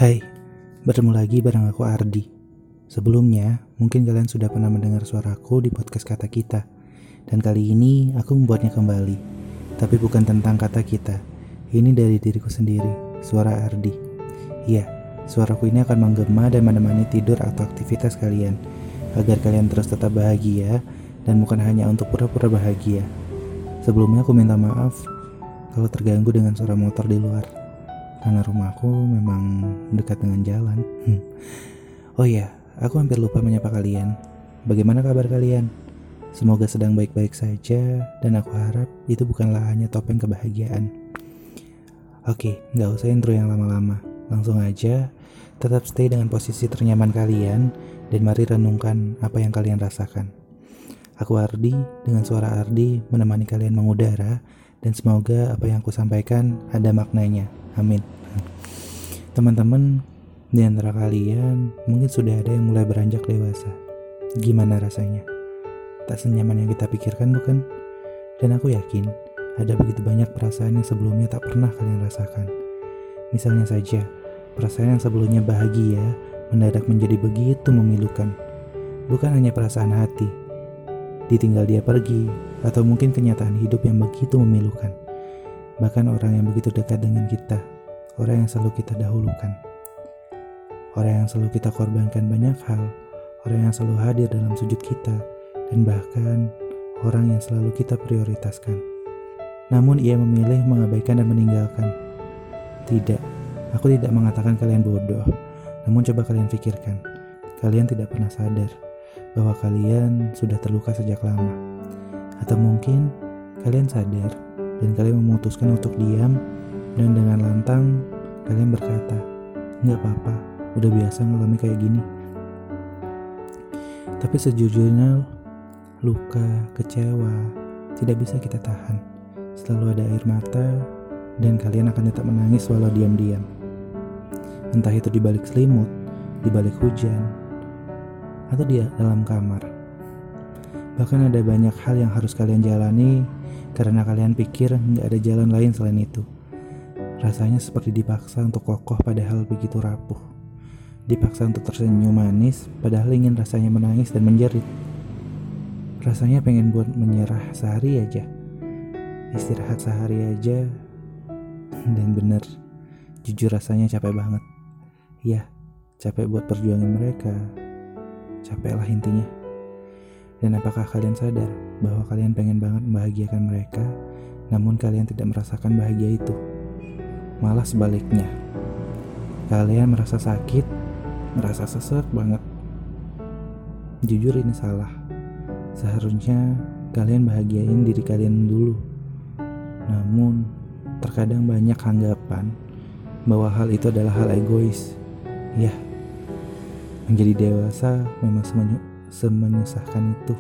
Hai, bertemu lagi bareng aku Ardi. Sebelumnya, mungkin kalian sudah pernah mendengar suaraku di podcast Kata Kita. Dan kali ini aku membuatnya kembali. Tapi bukan tentang kata kita. Ini dari diriku sendiri, suara Ardi. Iya, suaraku ini akan menggema dan menemani tidur atau aktivitas kalian, agar kalian terus tetap bahagia dan bukan hanya untuk pura-pura bahagia. Sebelumnya aku minta maaf kalau terganggu dengan suara motor di luar, karena rumahku memang dekat dengan jalan. Oh iya, aku hampir lupa menyapa kalian. Bagaimana kabar kalian? Semoga sedang baik-baik saja, dan aku harap itu bukanlah hanya topeng kebahagiaan. Oke, gak usah intro yang lama-lama. Langsung aja, tetap stay dengan posisi ternyaman kalian, dan mari renungkan apa yang kalian rasakan. Aku Ardi, dengan suara Ardi menemani kalian mengudara, dan semoga apa yang aku sampaikan ada maknanya. Amin. Teman-teman, di antara kalian mungkin sudah ada yang mulai beranjak dewasa. Gimana rasanya? Tak senyaman yang kita pikirkan, bukan? Dan aku yakin ada begitu banyak perasaan yang sebelumnya tak pernah kalian rasakan. Misalnya saja, perasaan yang sebelumnya bahagia mendadak menjadi begitu memilukan. Bukan hanya perasaan hati, ditinggal dia pergi, atau mungkin kenyataan hidup yang begitu memilukan. Bahkan orang yang begitu dekat dengan kita, orang yang selalu kita dahulukan, orang yang selalu kita korbankan banyak hal, orang yang selalu hadir dalam sujud kita, dan bahkan orang yang selalu kita prioritaskan. Namun ia memilih mengabaikan dan meninggalkan. Tidak, aku tidak mengatakan kalian bodoh, namun coba kalian pikirkan, kalian tidak pernah sadar bahwa kalian sudah terluka sejak lama. Atau mungkin kalian sadar dan kalian memutuskan untuk diam, dan dengan lantang kalian berkata, "Nggak apa-apa, udah biasa ngalami kayak gini." Tapi sejujurnya luka, kecewa tidak bisa kita tahan. Selalu ada air mata, dan kalian akan tetap menangis walau diam-diam. Entah itu di balik selimut, di balik hujan, atau di dalam kamar. Bahkan ada banyak hal yang harus kalian jalani karena kalian pikir nggak ada jalan lain selain itu. Rasanya seperti dipaksa untuk kokoh padahal begitu rapuh. Dipaksa untuk tersenyum manis padahal ingin rasanya menangis dan menjerit. Rasanya pengen buat menyerah sehari aja, istirahat sehari aja. Dan bener, jujur rasanya capek banget. Ya, capek buat perjuangin mereka. Capek lah intinya. Dan apakah kalian sadar bahwa kalian pengen banget membahagiakan mereka, namun kalian tidak merasakan bahagia itu? Malah sebaliknya, kalian merasa sakit, merasa sesek banget. Jujur ini salah. Seharusnya kalian bahagiain diri kalian dulu. Namun terkadang banyak anggapan bahwa hal itu adalah hal egois. Ya, menjadi dewasa memang semenyusahkan itu.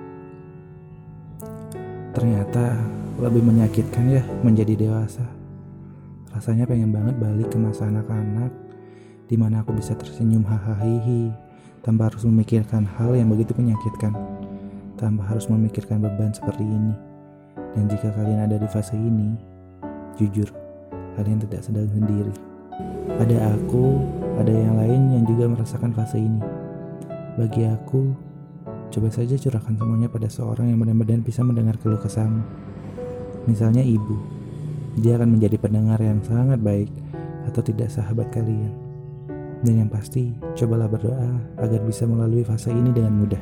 Ternyata lebih menyakitkan ya menjadi dewasa. Rasanya pengen banget balik ke masa anak-anak, di mana aku bisa tersenyum hahaha tanpa harus memikirkan hal yang begitu menyakitkan, tanpa harus memikirkan beban seperti ini. Dan jika kalian ada di fase ini, jujur, kalian tidak sedang sendiri. Ada aku, ada yang lain yang juga merasakan fase ini. Bagi aku, coba saja curahkan semuanya pada seorang yang benar-benar bisa mendengar keluh kesahmu. Misalnya ibu, dia akan menjadi pendengar yang sangat baik, atau tidak sahabat kalian. Dan yang pasti, cobalah berdoa agar bisa melalui fase ini dengan mudah.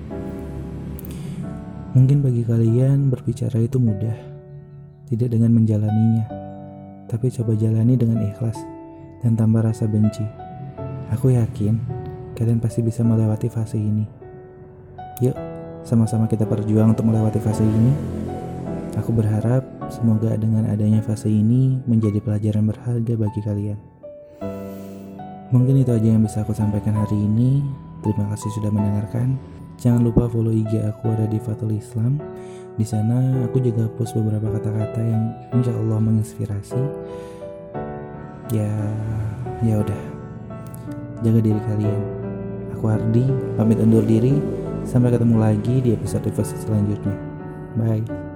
Mungkin bagi kalian berbicara itu mudah, tidak dengan menjalaninya, tapi coba jalani dengan ikhlas dan tanpa rasa benci. Aku yakin kalian pasti bisa melewati fase ini. Yuk, sama-sama kita berjuang untuk melewati fase ini. Aku berharap semoga dengan adanya fase ini menjadi pelajaran berharga bagi kalian. Mungkin itu aja yang bisa aku sampaikan hari ini. Terima kasih sudah mendengarkan. Jangan lupa follow IG aku ada di Fatul Islam. Di sana aku juga post beberapa kata-kata yang insya Allah menginspirasi. Ya udah. Jaga diri kalian. Aku Ardi, pamit undur diri. Sampai ketemu lagi di episode selanjutnya. Bye.